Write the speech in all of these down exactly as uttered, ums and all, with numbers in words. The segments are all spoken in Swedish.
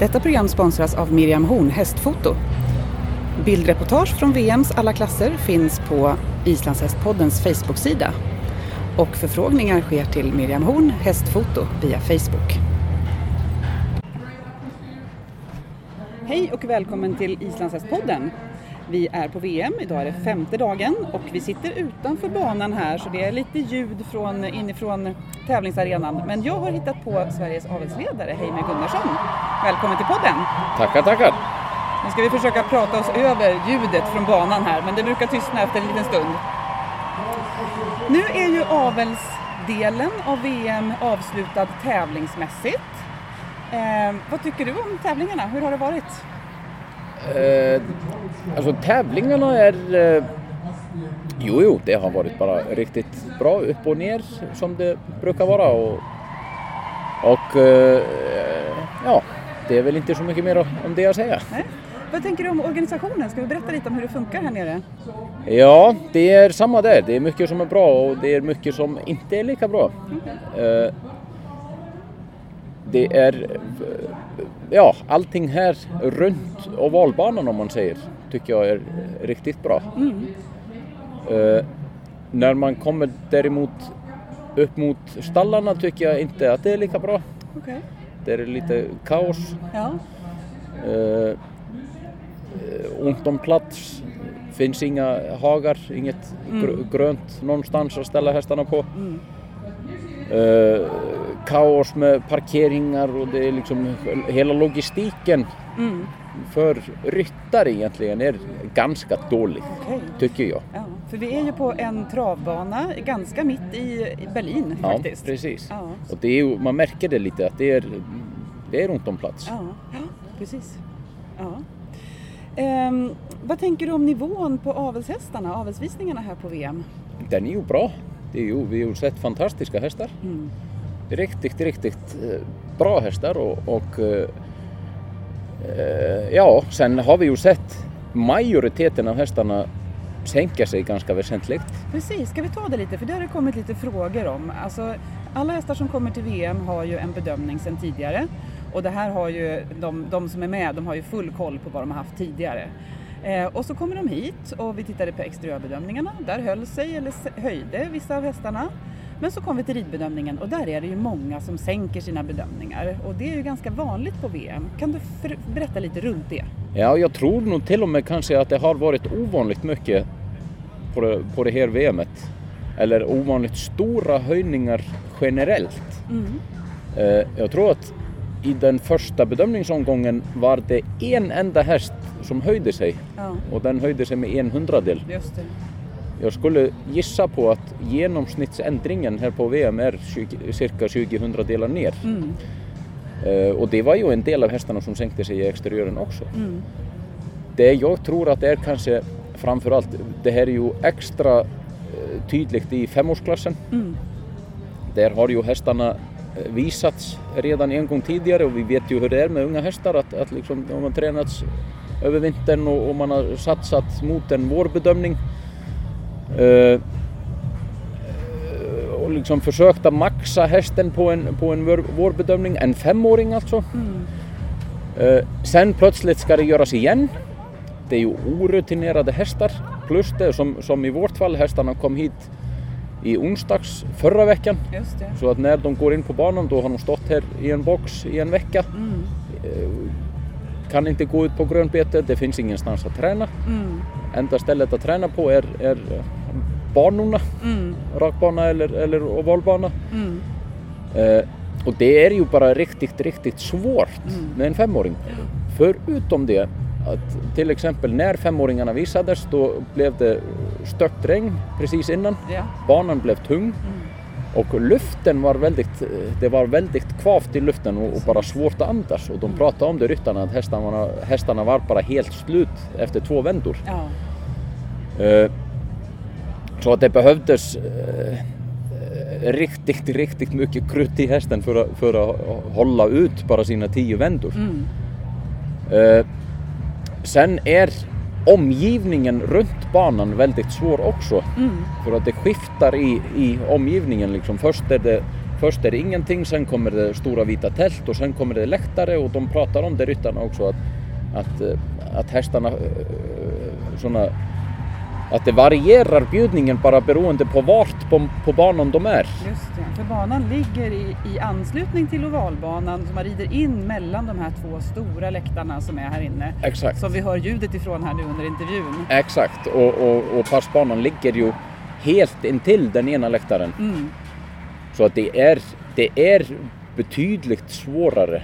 Detta program sponsras av Miriam Horn Hästfoto. Bildreportage från V M:s alla klasser finns på Islandshästpoddens Facebook-sida. Och förfrågningar sker till Miriam Horn Hästfoto via Facebook. Hej och välkommen till Islandshästpodden. Vi är på V M, idag är det femte dagen och vi sitter utanför banan här så det är lite ljud från, inifrån tävlingsarenan. Men jag har hittat på Sveriges avelsledare, Heime Gunnarsson. Välkommen till podden. Tackar, tackar. Nu ska vi försöka prata oss över ljudet från banan här, men det brukar tystna efter en liten stund. Nu är ju avelsdelen av V M avslutad tävlingsmässigt. Eh, vad tycker du om tävlingarna? Hur har det varit? Eh, alltså tävlingarna är... Eh, jo, jo, det har varit bara riktigt bra upp och ner som det brukar vara. Och, och eh, ja, det är väl inte så mycket mer om det att säga. Nej. Vad tänker du om organisationen? Ska vi berätta lite om hur det funkar här nere? Ja, det är samma där. Det är mycket som är bra och det är mycket som inte är lika bra. Mm. Eh, det är... Ja, allting här runt ovalbanan om man säger, tycker jag är riktigt bra. Mm. Eh, när man kommer däremot upp mot stallarna tycker jag inte att det är lika bra. Okay. Det är lite kaos. Ja. Eh, ont om plats. Finns inga hagar, inget mm. gr- grönt någonstans att ställa hästarna på. Mm. Eh, kaos med parkeringar och det är liksom hela logistiken mm. för ryttare egentligen är ganska dålig, okay. tycker jag. Ja, för vi är ju på en travbana ganska mitt i Berlin faktiskt. Ja, precis. Ja. Och det är ju, man märker det lite att det är, det är runt om plats. Ja, ja precis. Ja. Ehm, vad tänker du om nivån på avelshästarna, avelsvisningarna här på V M? Den är ju bra. Det är ju, vi har ju sett fantastiska hästar. Mm. Riktigt, riktigt bra hästar och, och eh, ja, sen har vi ju sett majoriteten av hästarna sänka sig ganska väsentligt. Precis, ska vi ta det lite? För det har det kommit lite frågor om. Alltså, alla hästar som kommer till V M har ju en bedömning sedan tidigare. Och det här har ju, de, de som är med, de har ju full koll på vad de har haft tidigare. Eh, och så kommer de hit och vi tittade på exteriörbedömningarna. Där höll sig eller höjde vissa av hästarna. Men så kom vi till ridbedömningen och där är det ju många som sänker sina bedömningar. Och det är ju ganska vanligt på V M. Kan du för- berätta lite runt det? Ja, jag tror nog till och med kanske att det har varit ovanligt mycket på det, på det här V M:et. Eller ovanligt stora höjningar generellt. Mm. Eh, jag tror att i den första bedömningsomgången var det en enda häst som höjde sig. Ja. Och den höjde sig med en hundradel. Just det. Jag skulle gissa på att genomsnittsändringen här på V M är tjugo, cirka tjugo hundradelar ner. Mm. Uh, och det var ju en del av hästarna som sänkte sig i exteriören också. Mm. Det jag tror att det är kanske framförallt, det här är ju extra uh, tydligt i femårsklassen. Mm. Där har ju hästarna visats redan en gång tidigare och vi vet ju hur det är med unga hästar att, att liksom, om man tränats över vintern och, och man har satsat mot en vårbedömning uh, och liksom försökt att maxa hästen på en, på en vår, vårbedömning, en femåring alltså. Mm. Uh, sen plötsligt ska det göras igen. Det är ju orutinerade hästar plus det som, som i vårt fall hästarna kom hit i onsdags förra veckan. Just det. Så att när de går in på banan då har de stått här i en box i en vecka. Mm. Kan inte gå ut på grönbete, det finns ingenstans att träna. Mm. Enda stället att träna på är, är banorna, mm. rakbana eller, eller ovalbana. Mm. Eh, och det är ju bara riktigt, riktigt svårt mm. med en femåring. Mm. Förutom det att till exempel när femåringarna visades då blev det stört regn precis innan. Yeah. Banan blev tung mm. och luften var väldigt, det var väldigt kvavt i luften och, och bara svårt att andas. Och de pratade om det ryttarna att hästarna, hästarna var bara helt slut efter två vändor. Ja. Uh, så att det behövdes uh, riktigt, riktigt mycket krut i hästen för att, för att hålla ut bara sina tio vändor. Mm. Uh, sen är omgivningen runt banan väldigt svår också. Mm. För att det skiftar i, i omgivningen. Liksom. Först, är det, först är det ingenting, sen kommer det stora vita tält och sen kommer det läktare och de pratar om det ryttarna också att, att, att hästarna såna, att det varierar bjudningen bara beroende på vart på, på banan de är. Just det, för banan ligger i, i anslutning till ovalbanan som man rider in mellan de här två stora läktarna som är här inne. Exakt. Som vi hör ljudet ifrån här nu under intervjun. Exakt, och, och, och passbanan ligger ju helt intill den ena läktaren. Mm. Så att det är, det är betydligt svårare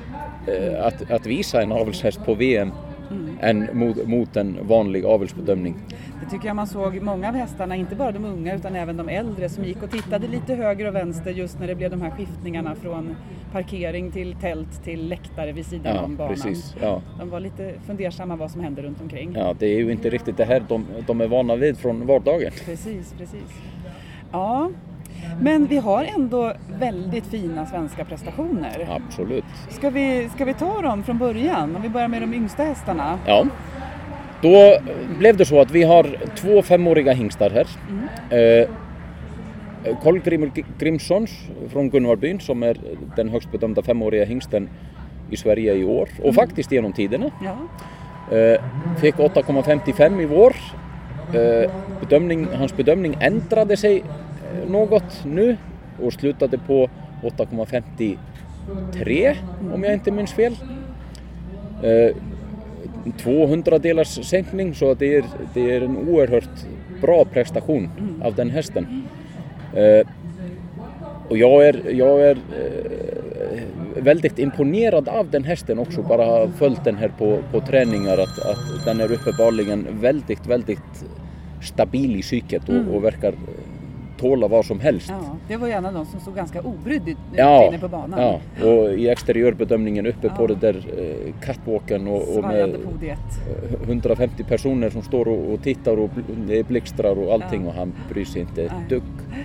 eh, att, att visa en avelshäst på V M mm. än mot, mot en vanlig avelsbedömning. Det tycker jag man såg många av hästarna, inte bara de unga utan även de äldre som gick och tittade lite höger och vänster just när det blev de här skiftningarna från parkering till tält till läktare vid sidan ja, om banan. Precis, ja. De var lite fundersamma vad som hände runt omkring. Ja, det är ju inte riktigt det här de, de är vana vid från vardagen. Precis, precis. Ja, men vi har ändå väldigt fina svenska prestationer. Absolut. Ska vi, ska vi ta dem från början? Om vi börjar med de yngsta hästarna. Ja. Då blev det så att vi har två femåriga hingstar här. Mm. Eh, Kolgrimur Grimssons från Gunnvarbyn som är den högst bedömda femåriga hingsten i Sverige i år och mm. faktiskt genom tiderna. Ja. Eh, fick åtta komma femtiofem i vår. Eh, bedömning, hans bedömning ändrade sig något nu och slutade på åtta komma femtiotre om jag inte minns fel. Eh, tvåhundra delars sänkning så att det är, det är en oerhört bra prestation mm. av den hästen. Eh, och jag är, jag är eh, väldigt imponerad av den hästen också, bara har följt den här på, på träningar att, att den är uppenbarligen väldigt, väldigt stabil i psyket och, mm. och verkar tåla vad som helst. Ja, det var ju en av de som stod ganska obrydd ja, inne på banan. Ja, och i exteriörbedömningen uppe ja. på det där eh, catwalken och, och med podiet. hundrafemtio personer som står och, och tittar och bl- blixtrar och allting ja. och han bryr sig inte ett dugg.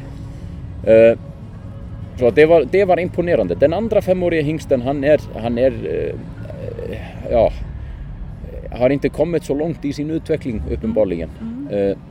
Eh, så det var, det var imponerande. Den andra femåriga hingsten, han är, han är eh, ja, har inte kommit så långt i sin utveckling uppenbarligen. Mm. Eh,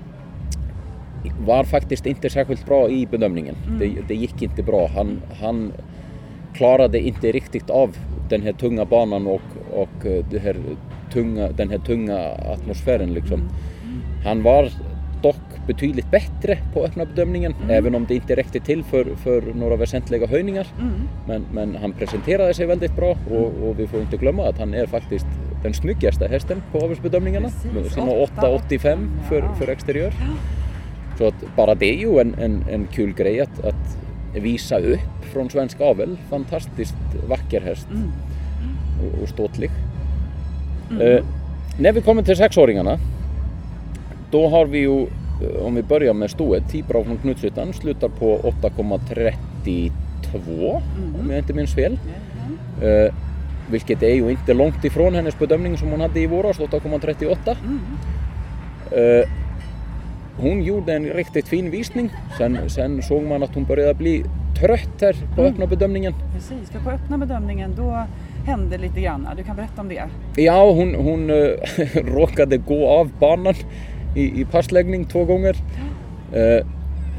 var faktiskt inte särskilt bra i bedömningen. Mm. Det, det gick inte bra. Han, han klarade inte riktigt av den här tunga banan och, och det här tunga, den här tunga atmosfären. Liksom. Mm. Han var dock betydligt bättre på öppna bedömningen, mm. även om det inte räckte till för, för några väsentliga höjningar. Mm. Men, men han presenterade sig väldigt bra och, och vi får inte glömma att han är faktiskt den snyggaste hästen på avelsbedömningarna. Med sina åtta åttiofem för, för exteriör. Ja. Så att bara det är ju en, en, en kul grej att, att visa upp från svensk avel. Fantastiskt vacker häst mm. och, och ståtlig. Mm. Eh, när vi kommer till sexåringarna, då har vi ju, om vi börjar med stoet, Tibra från Knutshyttan slutar på åtta komma trettiotvå mm. om jag inte minns fel. Mm. Eh, vilket är ju inte långt ifrån hennes bedömning som hon hade i våras, åtta komma trettioåtta. Mm. Eh, Hon gjorde en riktigt fin visning. Sen, sen såg man att hon började bli trött här på mm. öppna bedömningen. Precis, för på öppna bedömningen då hände lite grann. Du kan berätta om det. Ja, hon, hon äh, råkade gå av banan i, i passläggning två gånger. Mm. Äh,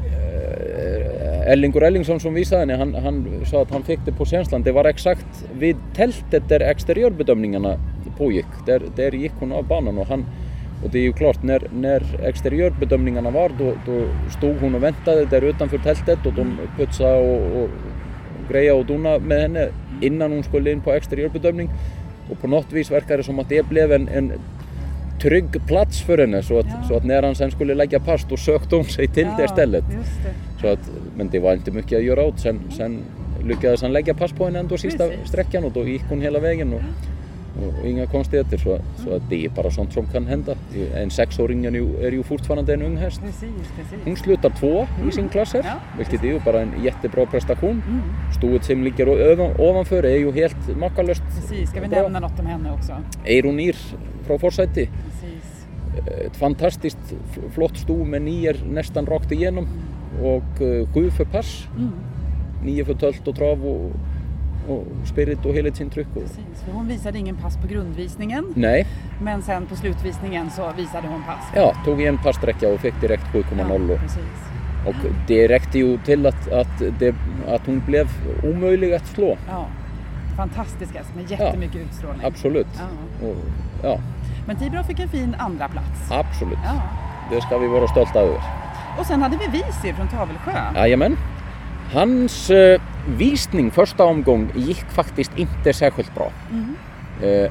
Ellingur Ellingsson som visade henne, han, han sa att han fick det på känslan. Det var exakt vid tältet där exteriörbedömningarna pågick. Där, där gick hon av banan och han Och det är ju klart, när, när exteriörbedömningarna var, då, då stod hon och väntade där utanför tältet och de putsade och, och greja och dona med henne innan hon skulle in på exteriörbedömning. Och på något vis verkar det som att det blev en, en trygg plats för henne, så att, ja. så att när han sen skulle lägga pass, då sökte hon sig till ja, det stället. Just det. Så att, men det var inte mycket att göra åt. Sen, sen lyckades han lägga pass på henne ändå sista Precis. sträckan och då gick hon hela vägen. Och, Och inga konstigheter, så, så att det är bara sånt som kan hända. En sexåring är ju, är ju fortfarande en ung häst. Precis, precis. Hon slutar två mm. i sin klass här, ja, vilket är ju bara en jättebra prestation. Mm. Stoet som ligger ovan, ovanför är ju helt makalöst. Precis, ska vi bra. nämna något om henne också? Eironir från Forsæti. Ett fantastiskt flott sto med nior nästan rakt igenom mm. och uh, sju för pass. Mm. Nio för tölt och trav och och spirit och helhetsintryck. Och... Precis, för hon visade ingen pass på grundvisningen. Nej. Men sen på slutvisningen så visade hon pass. Ja, tog en passsträcka och fick direkt sju komma noll. Ja, precis. Och det räckte ju till att, att, det, att hon blev omöjlig att slå. Ja, fantastisk häst med jättemycket ja, utstrålning. Absolut. Ja. Och, ja. Men Tibro fick en fin andra plats. Absolut. Ja. Det ska vi vara stolta över. Och sen hade vi Visir från Tavelsjö. Jajamän. Hans eh, visning första omgång gick faktiskt inte särskilt bra. Mm. Eh,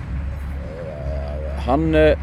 han... Eh,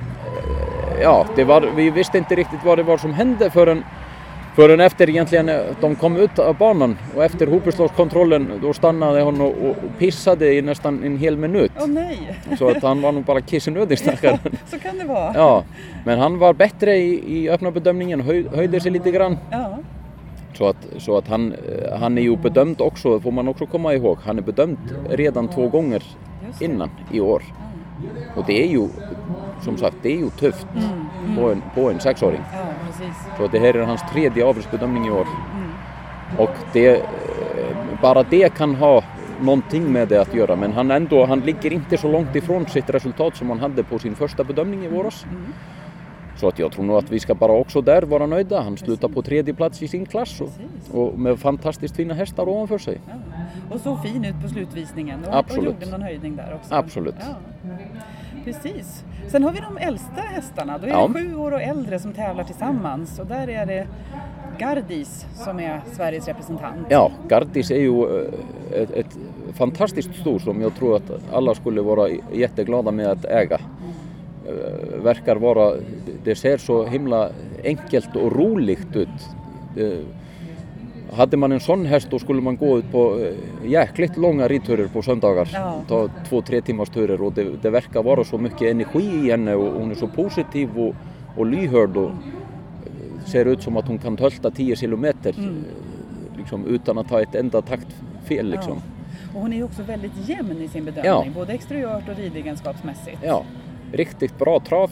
ja, det var, vi visste inte riktigt vad det var som hände förrän, förrän efter egentligen de kom ut av banan. Och efter hopbeslagskontrollen då stannade han och, och pissade i nästan en hel minut. Åh oh, nej! Så att han var nog bara kissenödig stackaren. Ja, så kan det vara. Ja, men han var bättre i, i öppna bedömningen, höj, höjde sig lite grann. Ja. Så att, så att han, han är ju bedömd också, får man också komma ihåg. Han är bedömd redan två gånger innan i år. Och det är ju, som sagt, det är ju tufft mm, mm. På, en, på en sexåring. Ja, precis. Så att det här är hans tredje avelsbedömning i år. Mm. Och det, bara det kan ha någonting med det att göra. Men han, ändå, han ligger inte så långt ifrån sitt resultat som han hade på sin första bedömning i våras. Mm. Så att jag tror nog att vi ska bara också där vara nöjda. Han slutar på tredje plats i sin klass och, och med fantastiskt fina hästar ovanför sig. Ja. Och så fin ut på slutvisningen och, och gjorde någon höjning där också. Absolut. Ja. Precis. Sen har vi de äldsta hästarna. Då är ja. det sju år och äldre som tävlar tillsammans. Och där är det Gardis som är Sveriges representant. Ja, Gardis är ju ett, ett fantastiskt stor som jag tror att alla skulle vara jätteglada med att äga. Verkar vara, det ser så himla enkelt och roligt ut. Det, hade man en sån häst då skulle man gå ut på jäkligt långa ridturer på söndagar. Ja. Ta två, tre timmars turer och det, det verkar vara så mycket energi i henne och hon är så positiv och, och lyhörd och ser ut som att hon kan tölta tio kilometer mm. liksom, utan att ha ett enda taktfel. Liksom. Ja. Och hon är ju också väldigt jämn i sin bedömning, ja. både exteriört och ridegenskapsmässigt. Ja, riktigt bra trav.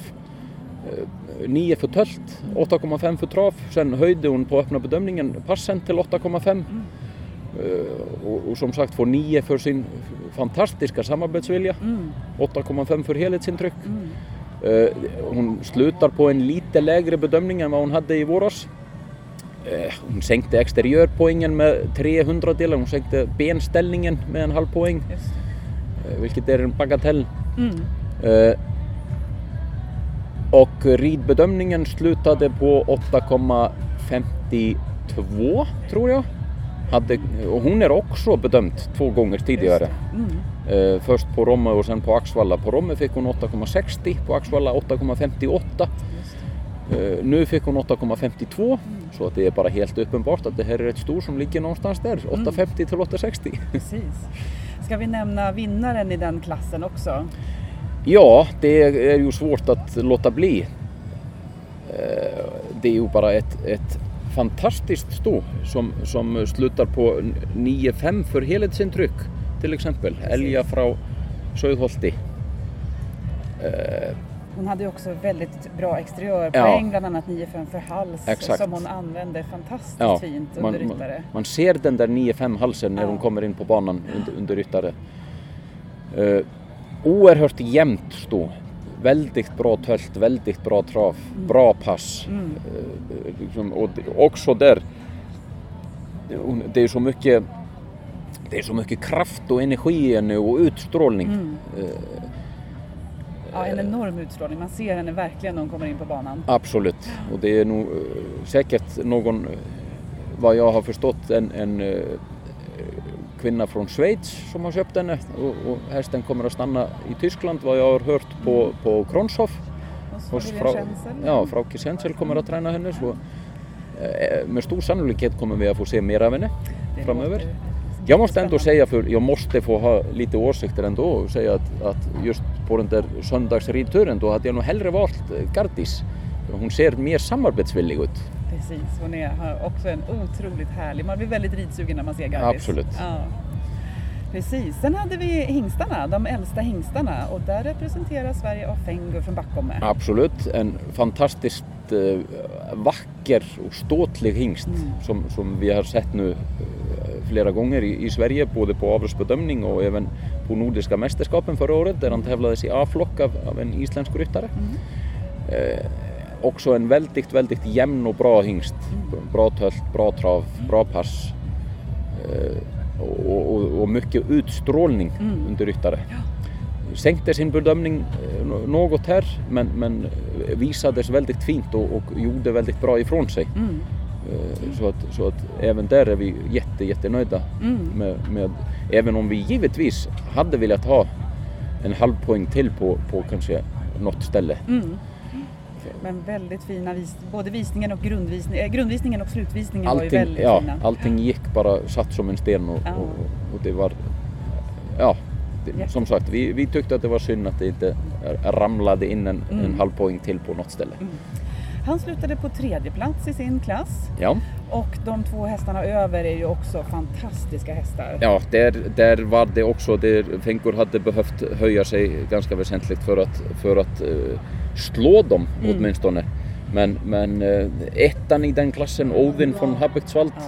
nio för tölt, åtta komma fem för trav. Sen höjde hon på öppna bedömningen passen till åtta komma fem. Mm. Uh, och, och som sagt får nio för sin fantastiska samarbetsvilja. Mm. åtta komma fem för helhetsintryck. Mm. Uh, hon slutar på en lite lägre bedömning än vad hon hade i våras. Uh, hon sänkte exteriörpoängen med trehundra delar. Hon sänkte benställningen med en halv poäng. Uh, vilket är en bagatell. Mm. Uh, Och ridbedömningen slutade på åtta komma femtiotvå tror jag. Hade, och hon är också bedömt två gånger tidigare. Mm. Eh, först på Romme och sen på Axvalla. På Romme fick hon åtta komma sextio, på Axvalla åtta komma femtioåtta. Eh, nu fick hon åtta komma femtiotvå. Mm. Så att det är bara helt uppenbart att det här är ett stor som ligger någonstans där. åtta komma femtio till åtta komma sextio. Precis. Ska vi nämna vinnaren i den klassen också? Ja, det är ju svårt att låta bli. Det är ju bara ett, ett fantastiskt stå som, som slutar på nio fem för helhetsintryck till exempel. Elja från Söðholti. Hon hade också väldigt bra exteriörpoäng, ja. Bland annat nio fem för hals. Exakt. Som hon använde fantastiskt ja, fint under man, ryttare. Man, man ser den där nio fem halsen när ja. Hon kommer in på banan under, under ryttare. Oerhört jämnt stå. Väldigt bra tölt, väldigt bra trav, mm. bra pass. Mm. Eh, liksom, och också där, det är så mycket, det är så mycket kraft och energi i henne och utstrålning. Mm. Eh, ja, en enorm utstrålning. Man ser henne verkligen när hon kommer in på banan. Absolut. Och det är nog eh, säkert någon, vad jag har förstått, en, en kvinna från Schweiz som har köpt henne och, och hästen kommer att stanna i Tyskland vad jag har hört på, mm. på Kronshof. Hos Frau, ja, Frau Kisensel kommer att träna henne så eh, med stor sannolikhet kommer vi att få se mer av henne det framöver. Jag måste ändå säga, för jag måste få ha lite åsikter ändå och säga att, att just på den där söndagsridturen då hade jag nog hellre valt Gardis. Hon ser mer samarbetsvillig ut. Precis, hon är, har också en otroligt härlig, man blir väldigt ridsugen när man ser Gardis. Absolut. Ja. Precis, sen hade vi hingstarna, de äldsta hingstarna och där representerar Sverige av Fengur från Backome. Absolut, en fantastiskt eh, vacker och ståtlig hingst mm. som, som vi har sett nu eh, flera gånger i, i Sverige, både på avelsbedömning och även på Nordiska mästerskapen förra året där han tävlades i A-flock av, av en isländsk ryttare. Mm. Eh, också en väldigt, väldigt jämn och bra hingst. Mm. bra tölt, bra trav, bra pass eh, och, och, och mycket utstrålning mm. under ryttare. Ja. Sänkte sin bedömning eh, något här, men, men visades väldigt fint och, och gjorde väldigt bra ifrån sig. Mm. Eh, så, att, så att även där är vi jätte, jättenöjda mm. med, med, även om vi givetvis hade velat ha en halv poäng till på, på kanske något ställe. Mm. Men väldigt fina, vis- både visningen och grundvisning, äh, grundvisningen och slutvisningen allting, var ju väldigt ja, fina. Allting gick bara satt som en sten och, ja. och, och det var, ja, det, som sagt, vi, vi tyckte att det var synd att det inte ramlade in en, mm. en halv poäng till på något ställe. Mm. Han slutade på tredje plats i sin klass. Ja. Och de två hästarna över är ju också fantastiska hästar. Ja, där, där var det också, där Fengur hade behövt höja sig ganska väsentligt för att, för att uh, slå dem mm. åtminstone. Men, men uh, ettan i den klassen, Odin von Habichtswald, ja.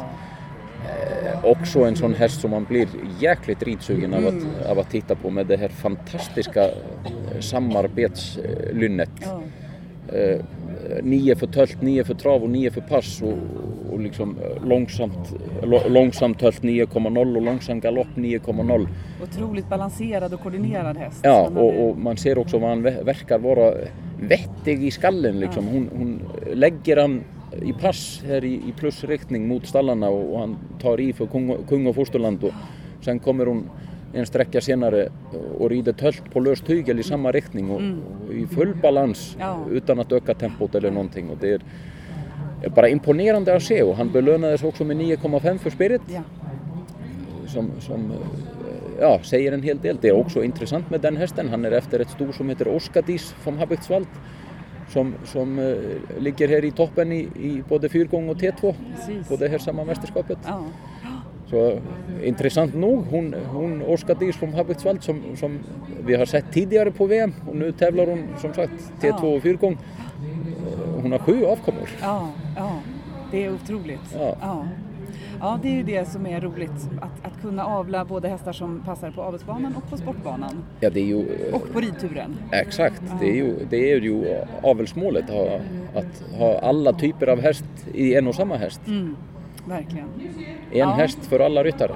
uh, också en sån häst som man blir jäkligt ridsugen mm. av, att, av att titta på med det här fantastiska uh, samarbetslynnet. Ja. Uh, nio för tölt, nio för trav och nio för pass och, och liksom långsamt, långsamt tölt nio komma noll och långsam galopp nio komma noll. Otroligt balanserad och koordinerad häst. Ja, och, och man ser också att han verkar vara vettig i skallen liksom. Ja. Hon, hon lägger han i pass här i, i plusriktning mot stallarna och, och han tar i för kung, kung och fosterland och sen kommer hon en sträcka senare och rider tölt på löst tygel i samma riktning och, mm. och i full balans ja. utan att öka tempot eller någonting. Och det är bara imponerande att se och han belönades också med nio komma fem för Spirit ja. som, som ja, säger en hel del. Det är också intressant med den hästen. Han är efter ett stor som heter Oskadis von Habichtswald som, som uh, ligger här i toppen i, i både fyrgång och T två Precis. På det här samma mästerskapet. Ja. Så intressant nog, hon, hon Oskar Diers von Habichtswald som, som vi har sett tidigare på V M och nu tävlar hon som sagt T två och fyrgång. Hon har sju avkommor. Ja, ja, det är otroligt. Ja. Ja. Ja, det är ju det som är roligt, att, att kunna avla både hästar som passar på avelsbanan och på sportbanan. Ja, det är ju, och på ridturen. Exakt, ja. det, är ju, det är ju avelsmålet, att, att ha alla typer av häst i en och samma häst. Mm. Verkligen. En ja. häst för alla ryttare.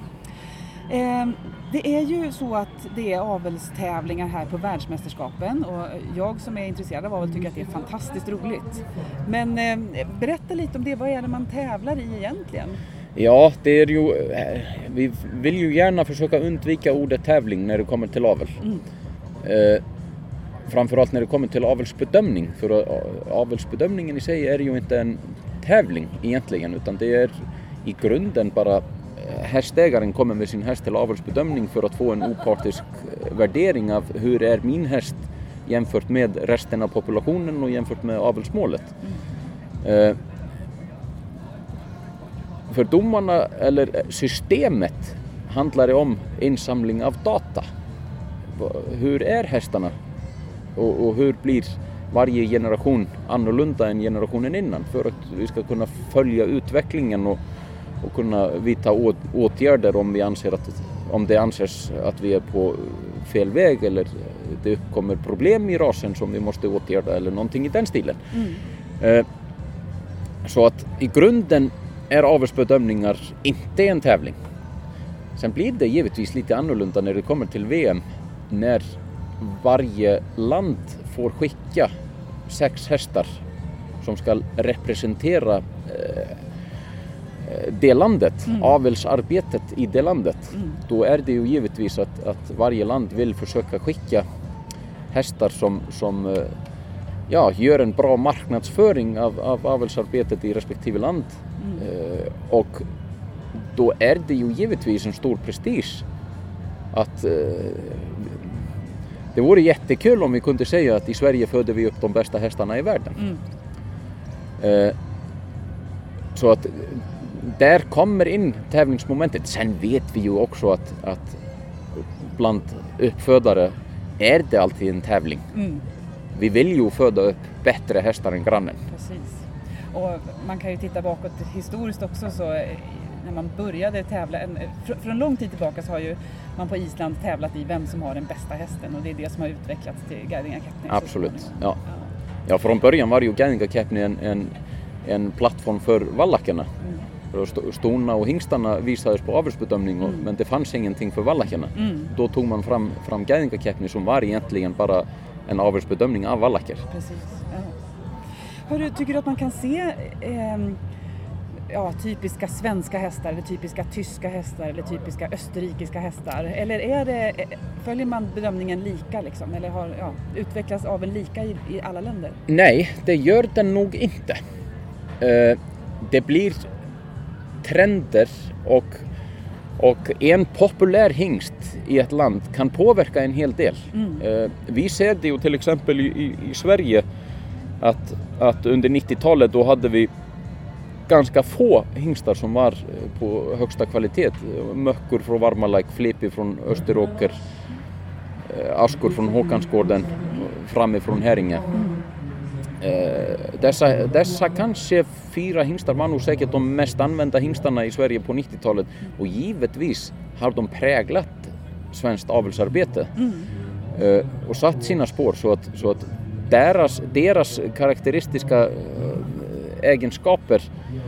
Eh, det är ju så att det är avelstävlingar här på världsmästerskapen och jag som är intresserad av avel tycker att det är fantastiskt roligt. Men eh, berätta lite om det, vad är det man tävlar i egentligen? Ja, det är ju, vi vill ju gärna försöka undvika ordet tävling när det kommer till avel. Mm. Eh, framförallt när det kommer till avelsbedömning, för avelsbedömningen i sig är ju inte en tävling egentligen, utan det är i grunden bara hästägaren kommer med sin häst till avelsbedömning för att få en opartisk värdering av hur är min häst jämfört med resten av populationen och jämfört med avelsmålet. Mm. Eh, för domarna eller systemet handlar det om insamling av data. Hur är hästarna och, och hur blir varje generation annorlunda än generationen innan, för att vi ska kunna följa utvecklingen och, och kunna vidta åt, åtgärder om vi anser att, om det anses att vi är på fel väg eller det kommer problem i rasen som vi måste åtgärda eller någonting i den stilen. Mm. Eh, så att i grunden är avelsbedömningar inte en tävling. Sen blir det givetvis lite annorlunda när det kommer till V M, när varje land får skicka sex hästar som ska representera eh, det landet, mm. avelsarbetet i det landet. Mm. Då är det ju givetvis att, att varje land vill försöka skicka hästar som, som ja, gör en bra marknadsföring av, av avelsarbetet i respektive land. Mm. Eh, och då är det ju givetvis en stor prestige att eh, det vore jättekul om vi kunde säga att i Sverige föder vi upp de bästa hästarna i världen. Mm. Eh, så att där kommer in tävlingsmomentet. Sen vet vi ju också att, att bland uppfödare är det alltid en tävling. Mm. Vi vill ju föda upp bättre hästar än grannen. Precis. Och man kan ju titta bakåt historiskt också, så när man började tävla, en, från lång tid tillbaka så har ju man på Island tävlat i vem som har den bästa hästen, och det är det som har utvecklats till Geiringakeppni. Absolut, ja. Ja, från början var ju Geiringakeppni en, en en plattform för vallacherna. Mm. Stona och hingstarna visades på avelsbedömning, och, mm. men det fanns ingenting för vallacherna. Mm. Då tog man fram, fram guidingakeppning som var egentligen bara en avelsbedömning av vallacher. Precis. Ja. Hörru, tycker du att man kan se eh, ja, typiska svenska hästar, eller typiska tyska hästar, eller typiska österrikiska hästar? Eller är det, följer man bedömningen lika liksom? Eller har, ja, utvecklas aveln lika i, i alla länder? Nej, det gör den nog inte. Uh, det blir trender, och, och en populär hingst i ett land kan påverka en hel del. Mm. Uh, vi ser det ju till exempel i, i, i Sverige att, att under nittiotalet då hade vi ganska få hingstar som var på högsta kvalitet. Möckor från Varmaläck, Flipi från Österåker, Askor från Håkansgården, framifrån Häringe. Dessa, dessa kanske fyra hingstar var nog säkert de mest använda hingstarna i Sverige på nittiotalet, och givetvis har de präglat svenskt avelsarbete mm. och satt sina spår, så att, så att deras, deras karaktäristiska egenskaper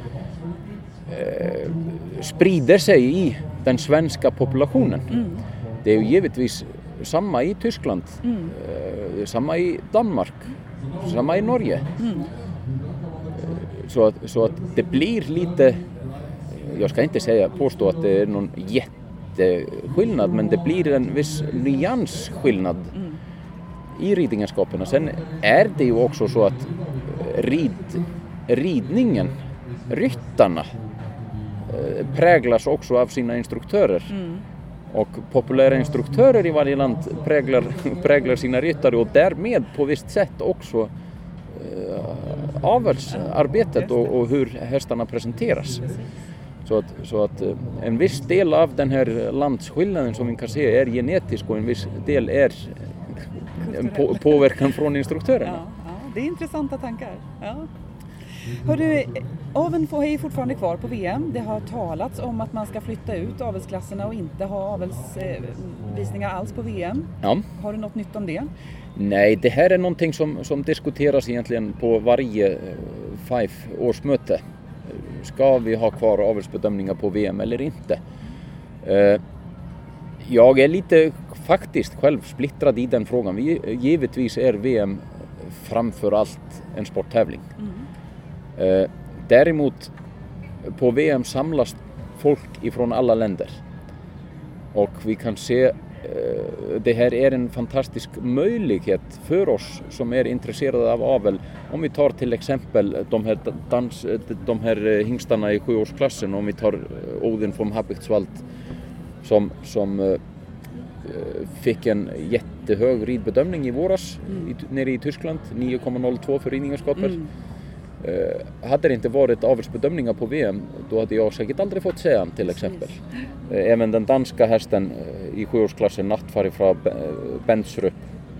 eh, sprider sig i den svenska populationen. Mm. Det är ju givetvis samma i Tyskland, mm. eh, samma i Danmark, samma i Norge. Mm. Så, att, så att det blir lite, jag ska inte säga påstå att det är någon jätteskillnad, men det blir en viss nyansskillnad mm. i ridegenskaperna. Sen är det ju också så att rid ridningen, ryttarna präglas också av sina instruktörer. Mm. Och populära instruktörer i varje land präglar, präglar sina ryttare, och därmed på visst sätt också äh, avelsarbetet och, och hur hästarna presenteras. Så att, så att en viss del av den här landsskillnaden som vi kan se är genetisk, och en viss del är en på, påverkan från instruktörerna. Ja, ja, det är intressanta tankar. Ja. Hörru, aveln är ju fortfarande kvar på V M. Det har talats om att man ska flytta ut avelsklasserna och inte ha avelsvisningar alls på V M. Ja. Har du något nytt om det? Nej, det här är någonting som, som diskuteras egentligen på varje F I F-årsmöte. Ska vi ha kvar avelsbedömningar på V M eller inte? Jag är lite faktiskt själv splittrad i den frågan. Vi, givetvis är V M framför allt en sporttävling. Mm. Eh, däremot på V M samlas folk ifrån alla länder, och vi kan se eh, det här är en fantastisk möjlighet för oss som är intresserade av avel. Om vi tar till exempel de här, dans, de här hingstarna i sjuårsklassen, om vi tar Odin från Habichtswald som, som eh, fick en jättehög ridbedömning i våras mm. i, nere i Tyskland, nio komma noll två för ridningenskaper. Mm. Uh, hade det inte varit avelsbedömningar på V M, då hade jag säkert aldrig fått se han till exempel. Uh, även den danska hästen uh, i sjuårsklassen, Nattfari från Bensrup.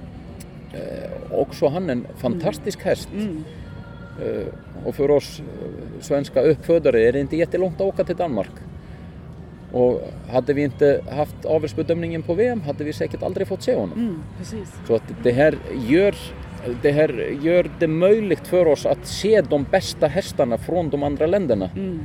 Uh, också han en fantastisk mm. häst. Mm. Uh, och för oss uh, svenska uppfödare är det inte jättelångt att åka till Danmark. Och hade vi inte haft avelsbedömningen på V M hade vi säkert aldrig fått se honom. Mm, precis. Så att det här gör Det här gör det möjligt för oss att se de bästa hästarna från de andra länderna. Mm.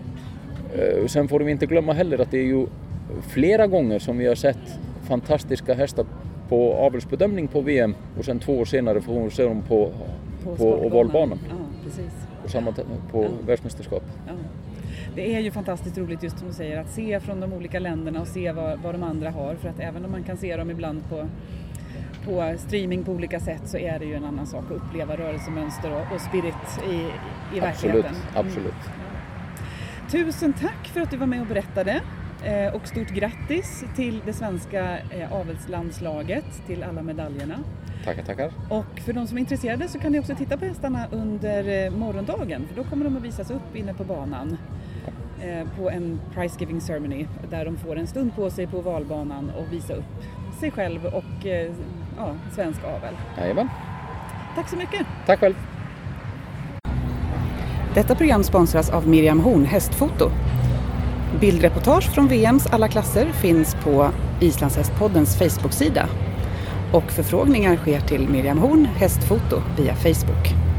Sen får vi inte glömma heller att det är ju flera gånger som vi har sett fantastiska hästar på avelsbedömning på V M, och sen två år senare får vi se dem på, på, på ovalbanan. Ja, precis. Och samma på ja. världsmästerskap. Ja. Det är ju fantastiskt roligt, just som du säger, att se från de olika länderna och se vad, vad de andra har. För att även om man kan se dem ibland på på streaming på olika sätt, så är det ju en annan sak att uppleva rörelsemönster och, och spirit i, i verkligheten. Absolut, absolut. Mm. Tusen tack för att du var med och berättade, eh, och stort grattis till det svenska eh, avelslandslaget, till alla medaljerna. Tackar, tackar. Och för de som är intresserade så kan ni också titta på hästarna under eh, morgondagen, för då kommer de att visas upp inne på banan eh, på en prize giving ceremony, där de får en stund på sig på valbanan och visa upp sig själv och eh, ja, svensk avel. Jajamän. Tack så mycket. Tack själv. Detta program sponsras av Miriam Horn Hästfoto. Bildreportage från V M:s alla klasser finns på Islandshästpoddens Facebook-sida. Och förfrågningar sker till Miriam Horn Hästfoto via Facebook.